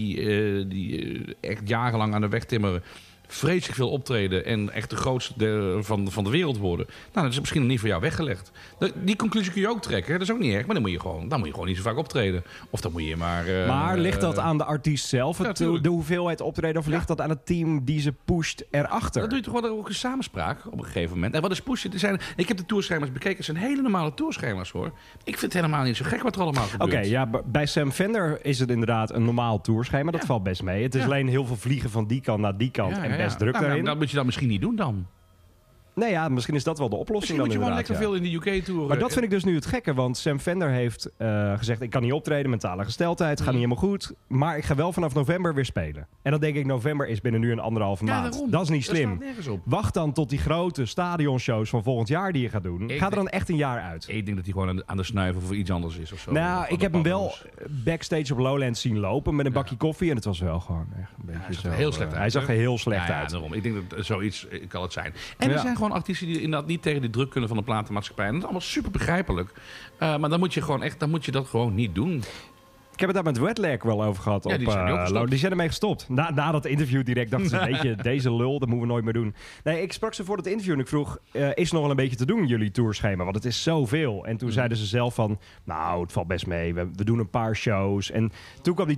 die echt jarenlang aan de weg timmeren, vreselijk veel optreden en echt de grootste van de wereld worden. Nou, dat is misschien nog niet voor jou weggelegd. Die conclusie kun je ook trekken, dat is ook niet erg, maar dan moet je gewoon niet zo vaak optreden. Of dan moet je maar ligt dat aan de artiest zelf, de hoeveelheid optreden, of ligt dat aan het team die ze pusht erachter? Dat doe je toch wel ook een samenspraak op een gegeven moment. En wat is pushen? Ik heb de tourschema's bekeken, het zijn hele normale tourschema's hoor. Ik vind het helemaal niet zo gek wat er allemaal gebeurt. Oké, ja, bij Sam Fender is het inderdaad een normaal tourschema, dat valt best mee. Het is alleen heel veel vliegen van die kant naar die kant en best druk daarin. Dat moet je dan misschien niet doen dan. Nee, ja, misschien is dat wel de oplossing. Misschien moet je gewoon lekker veel in de UK-tour. Maar dat vind ik dus nu het gekke, want Sam Fender heeft gezegd... ik kan niet optreden, mentale gesteldheid, gaat niet helemaal goed. Maar ik ga wel vanaf november weer spelen. En dan denk ik, november is binnen nu een 1,5 maand. Daarom. Dat is niet slim. Dat staat nergens op. Wacht dan tot die grote stadionshows van volgend jaar die je gaat doen. Ga er dan echt een jaar uit. Ik denk dat hij gewoon aan de snuiven voor iets anders is of zo. Nou, ik heb hem wel backstage op Lowlands zien lopen met een bakje koffie. En het was wel gewoon echt een beetje zo. Heel slecht uit. Hij zag er heel slecht uit. Daarom. Ik denk dat zoiets kan het zijn. En er zijn gewoon artiesten die inderdaad niet tegen die druk kunnen van de platenmaatschappij. En dat is allemaal super begrijpelijk. Maar dan moet je dat gewoon niet doen. Ik heb het daar met Wetlag wel over gehad. Ja, die zijn ermee gestopt. Na dat interview direct dachten ze, weet je, deze lul, dat moeten we nooit meer doen. Nee, ik sprak ze voor het interview en ik vroeg, is er nog wel een beetje te doen jullie tourschema? Want het is zoveel. En toen zeiden ze zelf van, nou, het valt best mee. We doen een paar shows. En toen kwam die...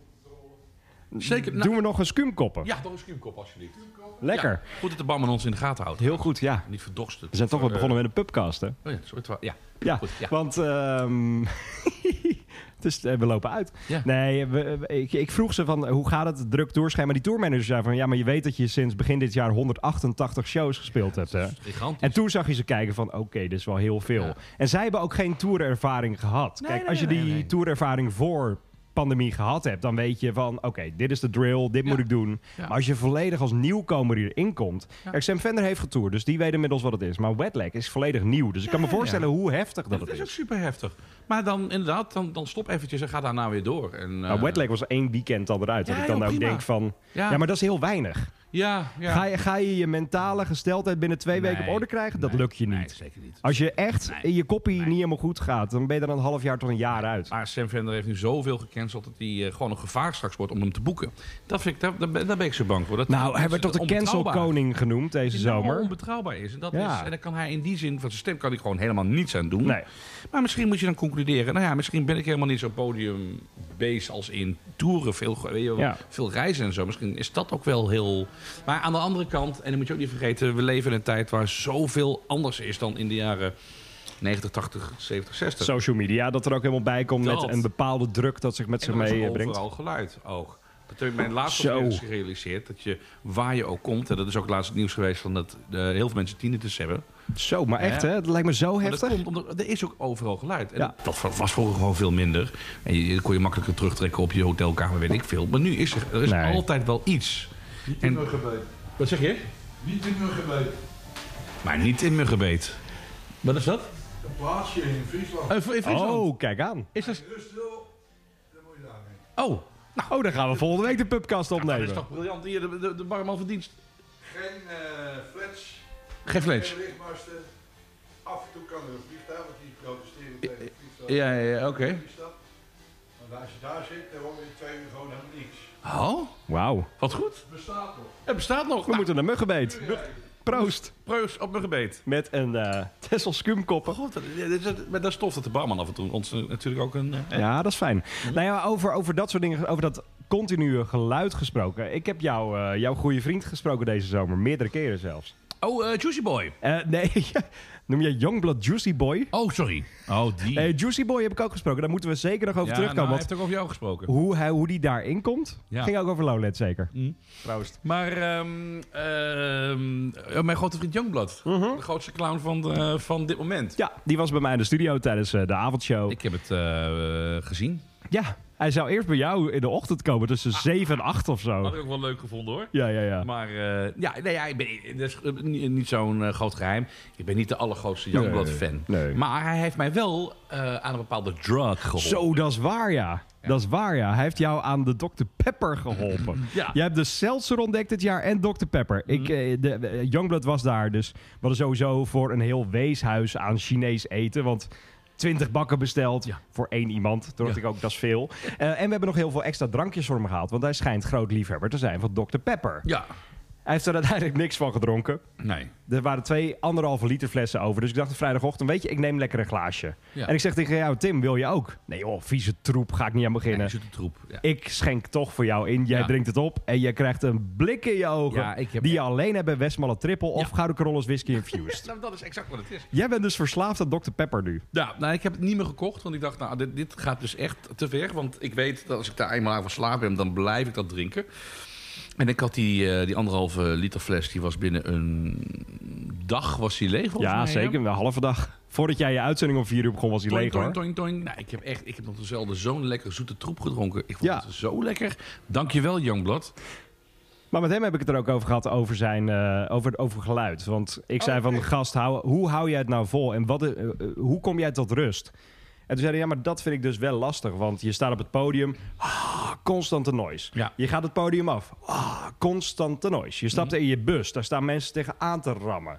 Zeker. Doen we nog een skumkoppen? Ja, nog een skumkop alsjeblieft. Lekker. Ja, goed dat de barman ons in de gaten houdt. Heel goed, ja. Niet verdorsten. We zijn toch wel begonnen met een pubcast, hè? Oh ja, sorry. Ja, goed, ja. Want dus, we lopen uit. Ja. Nee, ik vroeg ze van, hoe gaat het druk doorschema? Die tourmanager zei van, ja, maar je weet dat je sinds begin dit jaar 188 shows gespeeld hebt. Hè? Gigantisch. En toen zag je ze kijken van, oké, dit is wel heel veel. Ja. En zij hebben ook geen tourervaring gehad. Kijk, als je die tourervaring voor pandemie gehad hebt, dan weet je van, oké, dit is de drill, dit moet ik doen. Ja. Maar als je volledig als nieuwkomer hierin komt... Sam Fender heeft getoerd, dus die weet inmiddels wat het is. Maar Wetlag is volledig nieuw, dus ik kan me voorstellen hoe heftig dat het is. Dat is ook super heftig. Maar dan inderdaad, dan stop eventjes en ga daarna weer door. En, Wetlag was 1 weekend al eruit. Dat ik dan ook denk van, ja, maar dat is heel weinig. Ja. Ga je mentale gesteldheid binnen 2 weken op orde krijgen? Dat lukt je niet. Nee, zeker niet. Als je echt in je koppie niet helemaal goed gaat, dan ben je er dan een half jaar tot een jaar uit. Maar Sam Fender heeft nu zoveel gecanceld dat hij gewoon een gevaar straks wordt om hem te boeken. Dat vind ik, daar ben ik zo bang voor. Hij werd toch de cancelkoning genoemd deze zomer. Die onbetrouwbaar is. En dan kan hij in die zin van zijn stem kan hij gewoon helemaal niets aan doen. Nee. Maar misschien moet je dan concluderen, nou ja, misschien ben ik helemaal niet zo podiumbeest als in toeren, veel reizen en zo. Misschien is dat ook wel heel... Maar aan de andere kant, en dan moet je ook niet vergeten, we leven in een tijd waar zoveel anders is dan in de jaren 90, 80, 70, 60. Social media, dat er ook helemaal bij komt met een bepaalde druk dat zich met zich meebrengt. Overal geluid ook. Dat heb ik mij laatst ook eens gerealiseerd. Dat je, waar je ook komt, en dat is ook laatst het nieuws geweest, van dat heel veel mensen tinnitus hebben. Zo, maar echt hè? Dat lijkt me zo heftig. Dat komt omdat er is ook overal geluid. En dat was vroeger gewoon veel minder. En je kon je makkelijker terugtrekken op je hotelkamer, weet ik veel. Maar nu is er altijd wel iets. Niet in muggenbeet. Wat zeg je? Niet in muggenbeet. Maar niet in muggenbeet. Wat is dat? Een plaatsje in Friesland. In Friesland? Oh, kijk aan. Is dat... Rust stil, dan moet je daarheen. Oh. Oh, dan gaan we volgende week de pubcast opnemen. Dat is toch briljant. Hier, de barman van dienst. Geen flats. Geen flats. Geen lichtmasten. Af en toe kan er een vliegtuig, want die protesteren tegen het vliegtuig. Ja, oké. Maar als je daar zit, dan hoor je 2 uur gewoon helemaal niks. Oh, Wauw. wat goed. Het bestaat nog. Het bestaat nog. We moeten naar Muggenbeet. Proost. Proost op muggenbeet. Met een Texel skumkoppen. God, met dat stof dat de barman af en toe ons natuurlijk ook een... Ja, dat is fijn. Nou ja, over dat soort dingen, over dat continue geluid gesproken. Ik heb jouw goede vriend gesproken deze zomer. Meerdere keren zelfs. Oh, Juicy Boy. Nee, noem je Youngblood Juicy Boy? Oh, sorry. Oh, die. Juicy Boy heb ik ook gesproken. Daar moeten we zeker nog over terugkomen. Hij heeft ook over jou gesproken. Hoe die daarin komt, ging ook over Lowland zeker. Proost. Maar mijn grote vriend Youngblood. De grootste clown van dit moment. Ja, die was bij mij in de studio tijdens de avondshow. Ik heb het gezien. Ja, hij zou eerst bij jou in de ochtend komen tussen 7 en 8 of zo. Had ik ook wel leuk gevonden hoor. Ja. Maar ik ben dat is niet zo'n groot geheim. Ik ben niet de allergrootste Youngblood-fan. Nee. Maar hij heeft mij wel aan een bepaalde drug geholpen. Zo, dat is waar, ja. Dat is waar, ja. Hij heeft jou aan de Dr. Pepper geholpen. Ja. Jij hebt de Seltzer ontdekt dit jaar en Dr. Pepper. Youngblood was daar, dus we hadden sowieso voor een heel weeshuis aan Chinees eten. Want 20 bakken besteld voor 1 iemand. Toen dacht ik ook, dat is veel. En we hebben nog heel veel extra drankjes voor hem gehaald. Want hij schijnt groot liefhebber te zijn van Dr. Pepper. Ja. Hij heeft er uiteindelijk niks van gedronken. Nee. Er waren 2 1,5 liter flessen over. Dus ik dacht vrijdagochtend, weet je, ik neem lekker een glaasje. Ja. En ik zeg tegen jou, Tim, wil je ook? Nee joh, vieze troep, ga ik niet aan beginnen. Nee, zit een troep. Ja. Ik schenk toch voor jou in. Jij drinkt het op en je krijgt een blik in je ogen. Ja, die je alleen hebt bij Westmalle Triple of Gouden Corolla's Whisky Infused. Nou, dat is exact wat het is. Jij bent dus verslaafd aan Dr. Pepper nu. Ja, nou, ik heb het niet meer gekocht. Want ik dacht, nou, dit gaat dus echt te ver. Want ik weet dat als ik daar eenmaal aan verslaafd ben, dan blijf ik dat drinken. En ik had die 1,5 liter fles, die was binnen een dag was die leeg. Ja, mij, zeker. Een halve dag. Voordat jij je uitzending om 4 uur begon, was die leeg, hoor. Nou, ik heb nog dezelfde zo'n lekker zoete troep gedronken. Ik vond het zo lekker. Dankjewel, Youngblood. Maar met hem heb ik het er ook over gehad, over zijn over geluid. Want ik zei van, gast, hoe hou jij het nou vol? En hoe kom jij tot rust? En toen zei hij, ja, maar dat vind ik dus wel lastig. Want je staat op het podium, constante noise. Ja. Je gaat het podium af, constante noise. Je stapt in je bus, daar staan mensen tegen aan te rammen.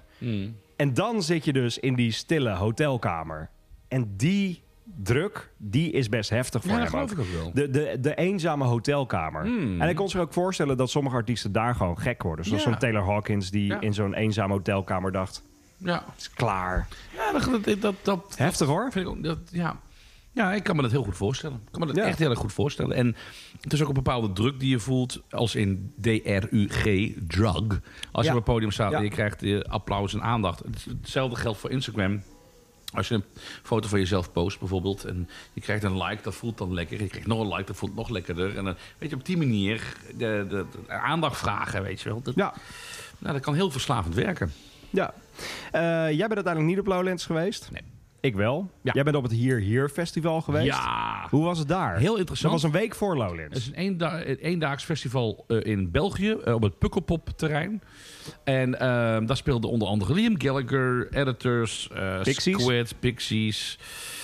En dan zit je dus in die stille hotelkamer. En die druk, die is best heftig voor hem. Ja, geloof ik ook wel. De eenzame hotelkamer. En ik kon zich ook voorstellen dat sommige artiesten daar gewoon gek worden. Zoals zo'n Taylor Hawkins die in zo'n eenzame hotelkamer dacht... Ja, het is klaar. Ja, dat heftig hoor. Vind ik ook, ja, ik kan me dat heel goed voorstellen. Ik kan me dat echt heel erg goed voorstellen. En het is ook een bepaalde druk die je voelt als in DRUG, drug. Als je op het podium staat en je krijgt applaus en aandacht. Hetzelfde geldt voor Instagram. Als je een foto van jezelf post bijvoorbeeld en je krijgt een like, dat voelt dan lekker. Je krijgt nog een like, dat voelt nog lekkerder. En dan, weet je, op die manier de aandacht vragen, weet je wel. Nou, dat kan heel verslavend werken. Ja. Jij bent uiteindelijk niet op Lowlands geweest. Nee. Ik wel. Ja. Jij bent op het Hier Festival geweest. Ja. Hoe was het daar? Heel interessant. Dat was een week voor Lowlands. Het is een eendaags festival in België, op het Pukkelpop terrein. En daar speelden onder andere Liam Gallagher, Editors, Squid, Pixies.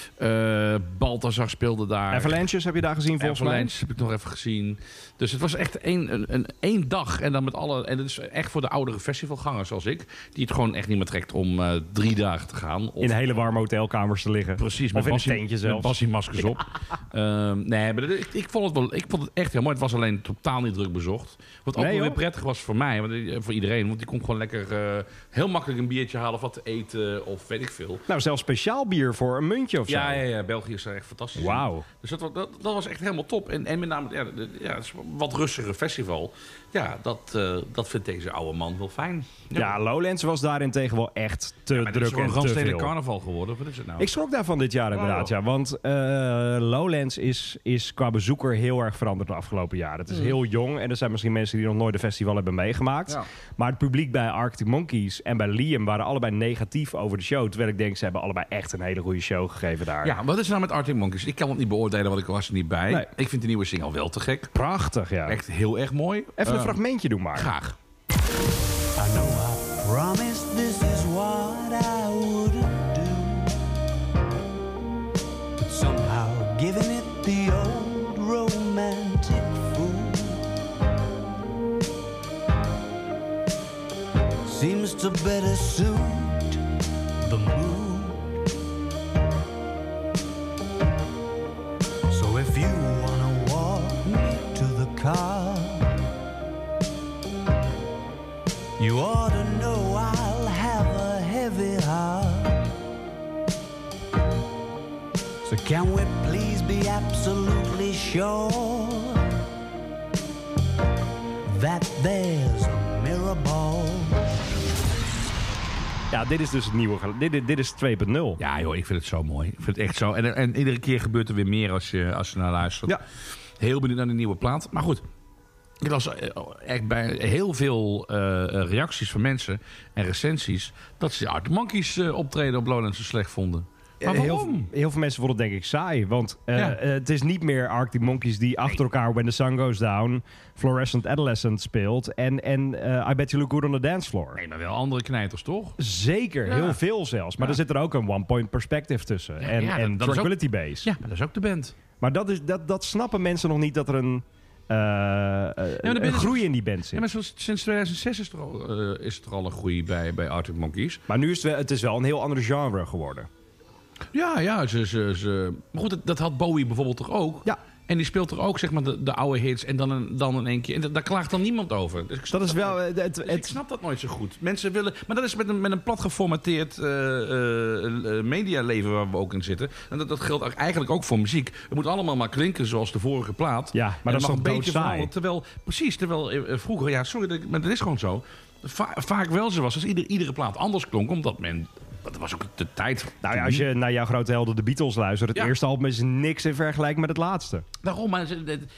Balthazar speelde daar. Avalanches heb je daar gezien volgens mij? Avalanches heb ik nog even gezien. Dus het was echt één dag. En dan met alle. En dat is echt voor de oudere festivalgangers zoals ik. Die het gewoon echt niet meer trekt om 3 dagen te gaan. Of, in hele warme hotelkamers te liggen. Precies. Of in een tentje zelfs. Met bassiemaskers op. Nee, maar ik vond het echt heel mooi. Het was alleen totaal niet druk bezocht. Wat ook wel weer prettig was voor mij. Voor iedereen. Want die kon gewoon lekker heel makkelijk een biertje halen of wat te eten. Of weet ik veel. Nou, zelfs speciaal bier voor een muntje of zo. Ja, België is er echt fantastisch. Wauw. Dus dat was echt helemaal top. En met name, het is een wat rustiger festival. Ja, dat vindt deze oude man wel fijn. Ja, Lowlands was daarentegen wel echt te maar druk het is en een te randstedelijk veel. carnaval geworden. Wat is het nou? Ik schrok daarvan dit jaar inderdaad, ja. Want Lowlands is qua bezoeker heel erg veranderd de afgelopen jaren. Het is heel jong en er zijn misschien mensen die nog nooit een festival hebben meegemaakt. Ja. Maar het publiek bij Arctic Monkeys en bij Liam waren allebei negatief over de show. Terwijl ik denk, ze hebben allebei echt een hele goede show gegeven daar. Ja, wat is er nou met Arctic Monkeys? Ik kan het niet beoordelen, want ik was er niet bij. Nee. Ik vind de nieuwe single wel te gek. Prachtig, ja. Echt heel erg mooi. Even een fragmentje doen maar. Graag. I know I promised this is what I wouldn't do, but somehow giving it the old romantic fool seems to better suit the mood. So if you wanna walk me to the car, you ought to know I'll have a heavy heart. So can we please be absolutely sure that there's a mirror ball? Ja, dit is dus het nieuwe. Dit is 2.0. Ja joh, ik vind het zo mooi. Ik vind het echt zo. En iedere keer gebeurt er weer meer als je naar luistert. Ja. Heel benieuwd naar de nieuwe plaat. Maar goed. Ik las echt bij heel veel reacties van mensen en recensies dat ze de Arctic Monkeys optreden op Lowlands zo slecht vonden. Maar waarom? Heel veel mensen vonden het denk ik saai. Want het is niet meer Arctic Monkeys die achter elkaar When the Sun Goes Down, Fluorescent Adolescent speelt en I Bet You Look Good on the Dance Floor. Nee, maar wel andere knijters, toch? Zeker, heel veel zelfs. Maar er zit er ook een one-point perspective tussen. En Tranquility Base. Ja, maar dat is ook de band. Maar dat snappen mensen nog niet dat er een groei in die band zit. Ja, maar sinds 2006 is er al een groei bij Arctic Monkeys. Maar nu is het is wel een heel ander genre geworden. Ja, maar goed, dat had Bowie bijvoorbeeld toch ook? Ja. En die speelt er ook zeg maar de oude hits en dan in één keer. En daar klaagt dan niemand over. Dus dat is wel. Ik snap dat nooit zo goed. Mensen willen. Maar dat is met een plat geformateerd medialeven waar we ook in zitten. En dat geldt eigenlijk ook voor muziek. Het moet allemaal maar klinken zoals de vorige plaat. Ja, maar dat is een beetje saai. Terwijl vroeger, ja, sorry, maar dat is gewoon zo. Vaak wel zo was. Dus iedere plaat anders klonk, omdat men. Dat was ook de tijd. Nou ja, als je naar jouw grote helden de Beatles luistert, het eerste album is niks in vergelijking met het laatste. Daarom, maar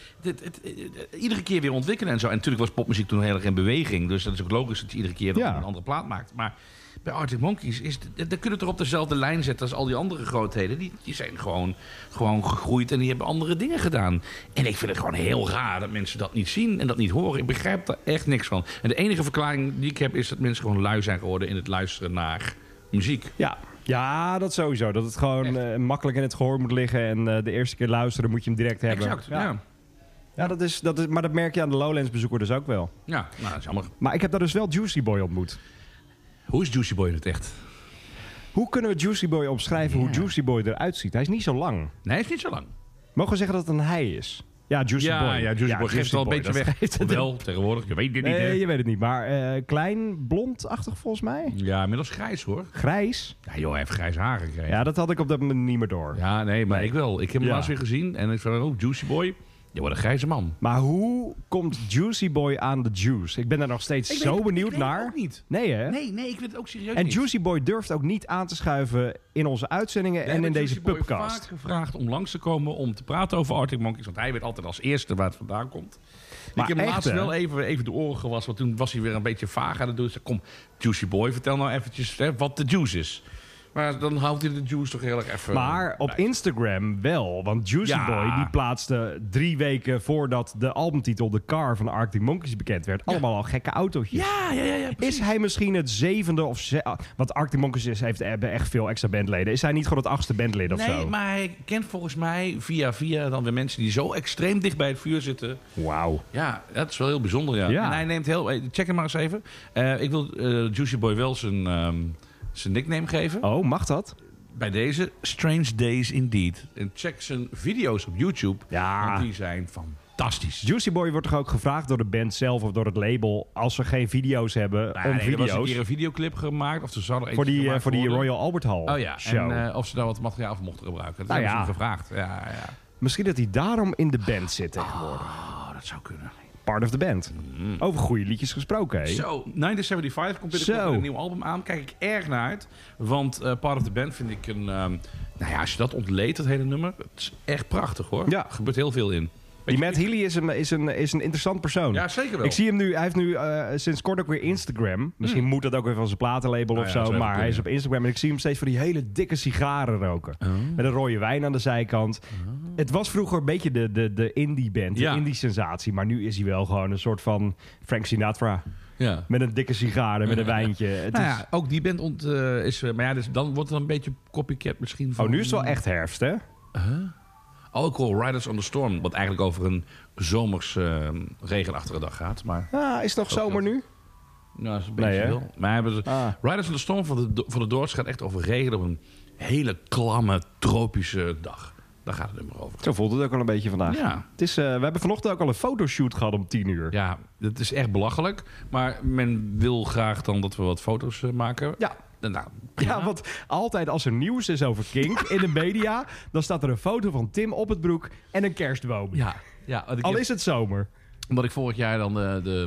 iedere keer weer ontwikkelen en zo. En natuurlijk was popmuziek toen heel erg in beweging. Dus dat is ook logisch dat je iedere keer een andere plaat maakt. Maar bij Arctic Monkeys dan kun je het er op dezelfde lijn zetten als al die andere grootheden. Die zijn gewoon gegroeid en die hebben andere dingen gedaan. En ik vind het gewoon heel raar dat mensen dat niet zien en dat niet horen. Ik begrijp daar echt niks van. En de enige verklaring die ik heb is dat mensen gewoon lui zijn geworden in het luisteren naar muziek. Ja, dat sowieso. Dat het gewoon makkelijk in het gehoor moet liggen. En de eerste keer luisteren moet je hem direct hebben. Exact, ja. Ja, dat is, maar dat merk je aan de Lowlands-bezoeker dus ook wel. Ja, nou, dat is jammer. Maar ik heb daar dus wel Juicy Boy ontmoet. Hoe is Juicy Boy in het echt? Hoe kunnen we Juicy Boy omschrijven hoe Juicy Boy eruit ziet? Hij is niet zo lang. Nee, hij is niet zo lang. Mogen we zeggen dat het een hij is? Ja, Juicy Boy. Ja, Juicy Boy geeft het al een beetje weg. Wel, tegenwoordig. Je weet het niet, hè? Je weet het niet. Maar klein, blondachtig volgens mij. Ja, inmiddels grijs, hoor. Grijs? Ja, joh, hij heeft grijs haar gekregen. Ja, dat had ik op dat moment niet meer door. Ja, nee, maar ik wel. Ik heb hem laatst weer gezien. En ik van, Juicy Boy. Je wordt een grijze man. Maar hoe komt Juicy Boy aan de juice? Ik ben daar nog steeds zo benieuwd naar. Ik weet het ook niet. Nee, hè? Nee, ik weet het ook serieus en niet. Juicy Boy durft ook niet aan te schuiven in onze uitzendingen en in deze pubcast. Ik heb vaak gevraagd om langs te komen om te praten over Arctic Monkeys. Want hij weet altijd als eerste waar het vandaan komt. Maar ik heb hem laatst wel even de oren gewassen. Want toen was hij weer een beetje vaag aan het doen. Dus kom, Juicy Boy, vertel nou eventjes wat de juice is. Maar dan houdt hij de juice toch heel erg even. Maar op Instagram wel. Want Juicy Boy die plaatste 3 weken voordat de albumtitel The Car van de Arctic Monkeys bekend werd. Allemaal al gekke autootjes. Ja, is hij misschien het 7e of want Arctic Monkeys hebben echt veel extra bandleden. Is hij niet gewoon het 8e bandlid of zo? Nee, maar hij kent volgens mij via dan weer mensen die zo extreem dicht bij het vuur zitten. Wauw. Ja, dat is wel heel bijzonder, ja. En hij neemt check hem maar eens even. Ik wil Juicy Boy wel zijn nickname geven. Oh, mag dat? Bij deze Strange Days Indeed. En check zijn video's op YouTube. Ja. Want die zijn fantastisch. Juicy Boy wordt toch ook gevraagd door de band zelf of door het label... als ze geen video's hebben, om Er was een video's... keer een videoclip gemaakt. Of ze zouden er Voor eentje die, gemaakt voor die worden. Royal Albert Hall Oh ja, show. en of ze daar wat materiaal van mochten gebruiken. Dat Nou hebben ja. ze gevraagd. Ja. Misschien dat hij daarom in de band zit tegenwoordig. Oh, dat zou kunnen. Part of the band. Over goede liedjes gesproken, hè? Zo, 1975 komt binnenkort Zo. met een nieuw album aan. Kijk ik erg naar uit. Want Part of the Band vind ik een... nou ja, als je dat ontleedt, dat hele nummer... Het is echt prachtig, hoor. Ja. Er gebeurt heel veel in. Die Matt Healy is een interessant persoon. Ja, zeker wel. Ik zie hem nu, hij heeft nu sinds kort ook weer Instagram. Misschien moet dat ook weer van zijn platenlabel Nou of ja, zo. zou Maar even hij is kunnen. op Instagram en ik zie hem steeds voor die hele dikke sigaren roken. Met een rode wijn aan de zijkant. Het was vroeger een beetje de indie band, de Ja. indie sensatie. Maar nu is hij wel gewoon een soort van Frank Sinatra. Ja. Met een dikke sigaar en met een wijntje. Het Nou is... ja, ook die band is... maar ja, dus dan wordt het een beetje copycat misschien van... Oh, nu is het wel echt herfst, hè? Oh, ik hoor Riders on the Storm. Wat eigenlijk over een zomers regenachtige dag gaat. Maar Ah, is het nog zomer nu? nou, dat is een Nee, beetje hè? veel. Maar hebben ze, Ah. Riders on the Storm van de Doors gaat echt over regen op een hele klamme, tropische dag. Daar gaat het nummer over. Zo voelt het ook al een beetje vandaag. Ja. Het is, we hebben vanochtend ook al een fotoshoot gehad om 10:00. Ja, het is echt belachelijk. Maar men wil graag dan dat we wat foto's maken. Ja. Nou, prima. Ja, want altijd als er nieuws is over Kink in de media... dan staat er een foto van Tim op het broek en een kerstboom. Ja, want ik Al heb- is het zomer. Omdat ik vorig jaar dan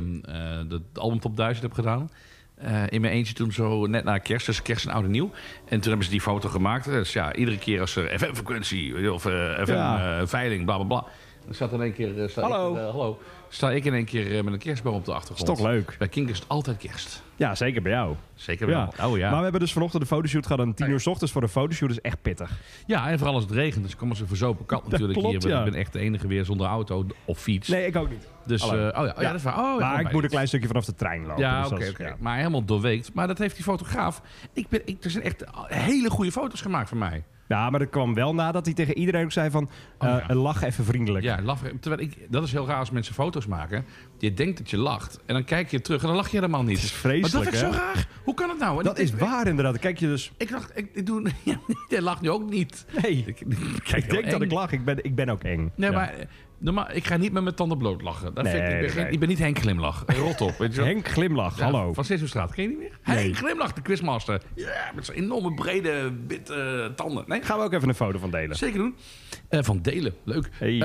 de album Top 1000 heb gedaan. In mijn eentje toen zo net na kerst. Dus kerst en oud en nieuw. En toen hebben ze die foto gemaakt. Dus ja, iedere keer als er FM-frequentie of FM-veiling, bla bla bla. Dan staat in één keer... Hallo. Sta ik in één keer met een kerstboom op de Is achtergrond. toch leuk? Bij Kink is het altijd kerst. Ja, zeker bij jou. Zeker wel. Ja. Oh ja. Maar we hebben dus vanochtend de fotoshoot gehad. En 10:00 's ochtends voor de fotoshoot is echt pittig. Ja, en vooral als het regent. Dus ik kom als een verzopen kat natuurlijk klopt, hier. Want ja. ik ben echt de enige weer zonder auto of fiets. Nee, ik ook niet. Dus, Hallo. ja, dat is waar. Oh, Maar ik bij moet een klein stukje vanaf de trein lopen. Ja, dus dat oké, is- oké. ja. Maar helemaal doorweekt. Maar dat heeft die fotograaf. Er zijn echt hele goede foto's gemaakt van mij. Ja, maar dat kwam wel nadat hij tegen iedereen ook zei van... ja. lach even vriendelijk. Ja, terwijl dat is heel raar als mensen foto's maken. Je denkt dat je lacht. En dan kijk je terug en dan lach je helemaal niet. Het is vreselijk, Maar dat vind ik hè? zo raar. Hoe kan het nou? En Dat is waar inderdaad. Kijk je dus... Ik dacht, ik doe... Ja, jij lacht nu ook niet. Nee, Kijk, ik denk dat ik lach. Ik ben ook eng. Nee, Ja. maar normaal, ik ga niet met mijn tanden bloot lachen. Dat vind Nee, ik, nee. ik ben niet Henk Glimlach. Rot op, weet je wel. Henk Glimlach, Ja, hallo. Van Sesamstraat, ken je die niet meer? Nee. Henk Glimlach, de quizmaster. Ja, met zijn enorme brede witte tanden. Nee, Gaan we ook even een foto van delen. zeker doen. Van delen, leuk. Hey.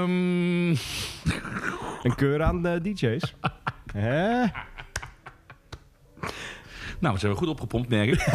Een keur aan de DJ's. Hè? Nou, we zijn goed opgepompt, merk ik.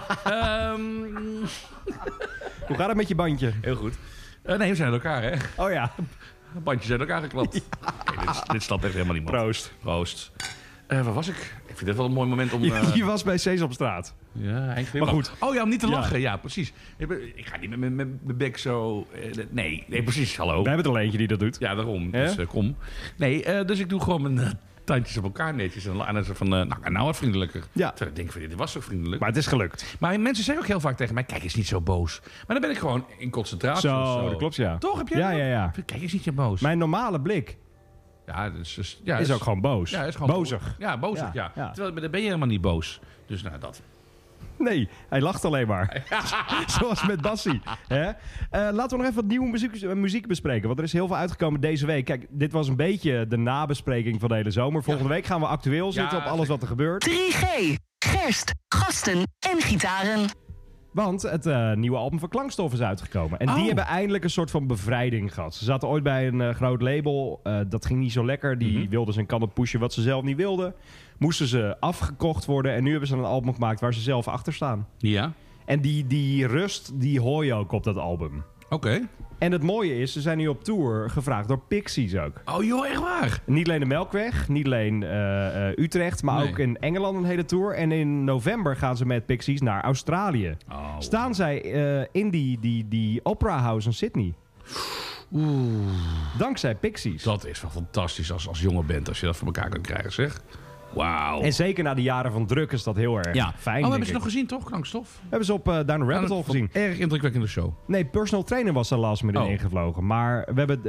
Hoe gaat het met je bandje? Heel goed. Nee, we zijn uit elkaar, hè? Oh ja, Bandjes uit elkaar geklapt. Nee, dit snapt echt helemaal niemand. proost. Proost. Waar was ik? Ik vind dit wel een mooi moment om... Je was bij Sesamstraat. Ja, Henk Maar goed. Oh ja, om niet te Ja. lachen. Ja, precies. Ik ga niet met mijn bek zo... nee, precies. Hallo. We hebben er al eentje die dat doet. Ja, daarom. Hè? Dus kom. Nee, dus ik doe gewoon mijn tandjes op elkaar netjes. En dan van, nou wat vriendelijker. Ja. Terwijl ik denk van, dit was zo vriendelijk. Maar het is gelukt. Maar mensen zeggen ook heel vaak tegen mij, kijk eens niet zo boos. Maar dan ben ik gewoon in concentratie of Zo, zo. dat klopt ja. Toch? Heb jij Ja, dat? ja, ja. Kijk eens niet zo boos. Mijn normale blik Ja, dus, ja, is ook gewoon boos. Ja, is gewoon Bozig. Ja, bozig, Ja, ja. ja. Terwijl dan ben je helemaal niet boos. Dus nou, dat. Nee, hij lacht alleen maar. Zoals met Bassie. Hè? Laten we nog even wat nieuwe muziek bespreken. Want er is heel veel uitgekomen deze week. Kijk, dit was een beetje de nabespreking van de hele zomer. Volgende week gaan we actueel zitten op alles wat er gebeurt. 3G, gerst, gasten en gitaren. Want het nieuwe album van Klankstof is uitgekomen. En die hebben eindelijk een soort van bevrijding gehad. Ze zaten ooit bij een groot label. Dat ging niet zo lekker. Die wilden zijn kant op pushen wat ze zelf niet wilden. Moesten ze afgekocht worden. En nu hebben ze een album gemaakt waar ze zelf achter staan. Ja. En die rust, die hoor je ook op dat album. Oké. En het mooie is, ze zijn nu op tour gevraagd door Pixies ook. Oh joh, echt waar? Niet alleen de Melkweg, niet alleen Utrecht, maar Nee. ook in Engeland een hele tour. En in november gaan ze met Pixies naar Australië. Oh. Staan zij in die Opera House in Sydney. Dankzij Pixies. Dat is wel fantastisch als jonge band, als je dat voor elkaar kan krijgen, zeg. Wauw. En zeker na de jaren van druk is dat heel erg fijn, we hebben denk ze ik. nog gezien, toch? Klankstof. We hebben ze op Down the Rabbit Hole gezien. Erg indrukwekkende show. Nee, Personal Trainer was er last minute ingevlogen. Maar we hebben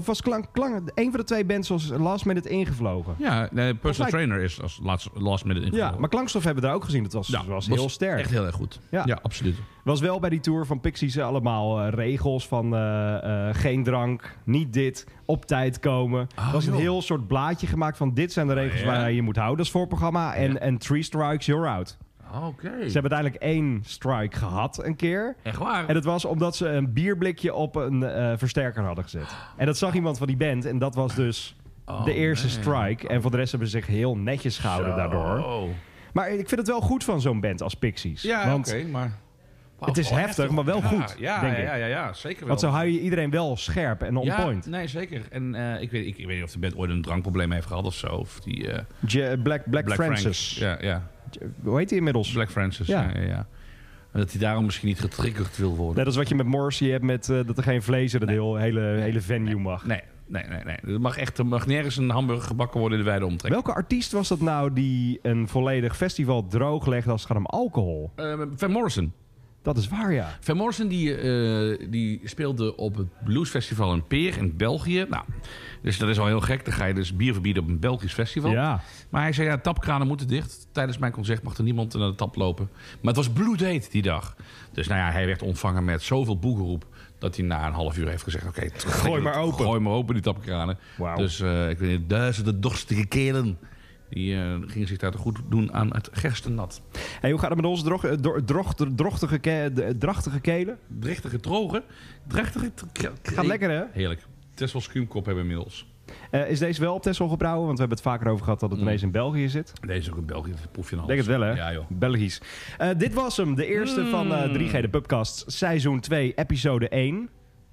een van de 2 bands was last minute ingevlogen. Ja, Personal Trainer is als last minute ingevlogen. Ja, maar Klankstof hebben we daar ook gezien. Dat was heel sterk. Echt heel erg goed. Ja, absoluut. Was wel bij die tour van Pixies allemaal regels van geen drank, niet dit, op tijd komen. Er was een heel soort blaadje gemaakt van dit zijn de regels waar je moet houden als voorprogramma. En 3 strikes, you're out. Oké. Ze hebben uiteindelijk 1 strike gehad een keer. Echt waar? En dat was omdat ze een bierblikje op een versterker hadden gezet. En dat zag iemand van die band en dat was dus de eerste strike. En voor de rest hebben ze zich heel netjes gehouden daardoor. Maar ik vind het wel goed van zo'n band als Pixies. Ja, oké, maar... Het is heftig, maar wel goed, denk ik. Ja, zeker wel. Want zo hou je iedereen wel scherp en on point. Nee, zeker. En ik weet niet of de band ooit een drankprobleem heeft gehad of zo. Of die, Black Francis. Ja. Hoe heet hij inmiddels? Black Francis, ja. En dat hij daarom misschien niet getriggerd wil worden. Net als wat je met Morrissey hebt met dat er geen vlees in het hele venue mag. Nee. Er mag nergens een hamburger gebakken worden in de wijde omtrek. Welke artiest was dat nou die een volledig festival droog legde als het gaat om alcohol? Van Morrison. Dat is waar, ja. Van Morrison die speelde op het bluesfestival in Peer in België. Nou, dus dat is al heel gek. Dan ga je dus bier verbieden op een Belgisch festival. Ja. Maar hij zei, tapkranen moeten dicht. Tijdens mijn concert mag er niemand naar de tap lopen. Maar het was bloedheet die dag. Dus hij werd ontvangen met zoveel boegeroep dat hij na een half uur heeft gezegd... Oké, gooi maar open. Gooi maar open die tapkranen. Wow. Dus ik weet niet, duizenden dorstige kelen... Die gingen zich daar te goed doen aan het gerstennat. Hey, hoe gaat het met onze drachtige kelen? Drechtige, droge. Gaat lekker, hè? Heerlijk. Texel Schuimkop hebben we inmiddels. Is deze wel op Texel gebrouwen? Want we hebben het vaker over gehad dat het ineens in België zit. Deze is ook in België, dat proef je al. Denk het wel, hè? Ja, joh. Belgisch. Dit was hem, de eerste van 3G, de Pubcast, seizoen 2, episode 1.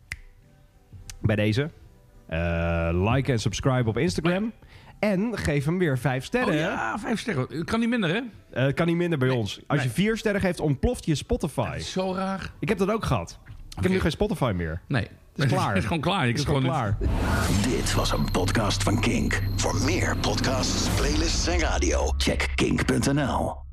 Bij deze. Like en subscribe op Instagram. En geef hem weer 5 sterren. Oh ja, 5 sterren. Kan niet minder, hè? Kan niet minder bij ons. Als je 4 sterren geeft, ontploft je Spotify. Dat is zo raar. Ik heb dat ook gehad. Ik heb nu geen Spotify meer. Nee. Het is klaar. Het is gewoon klaar. Het is gewoon klaar. Dit was een podcast van Kink. Voor meer podcasts, playlists en radio, check kink.nl.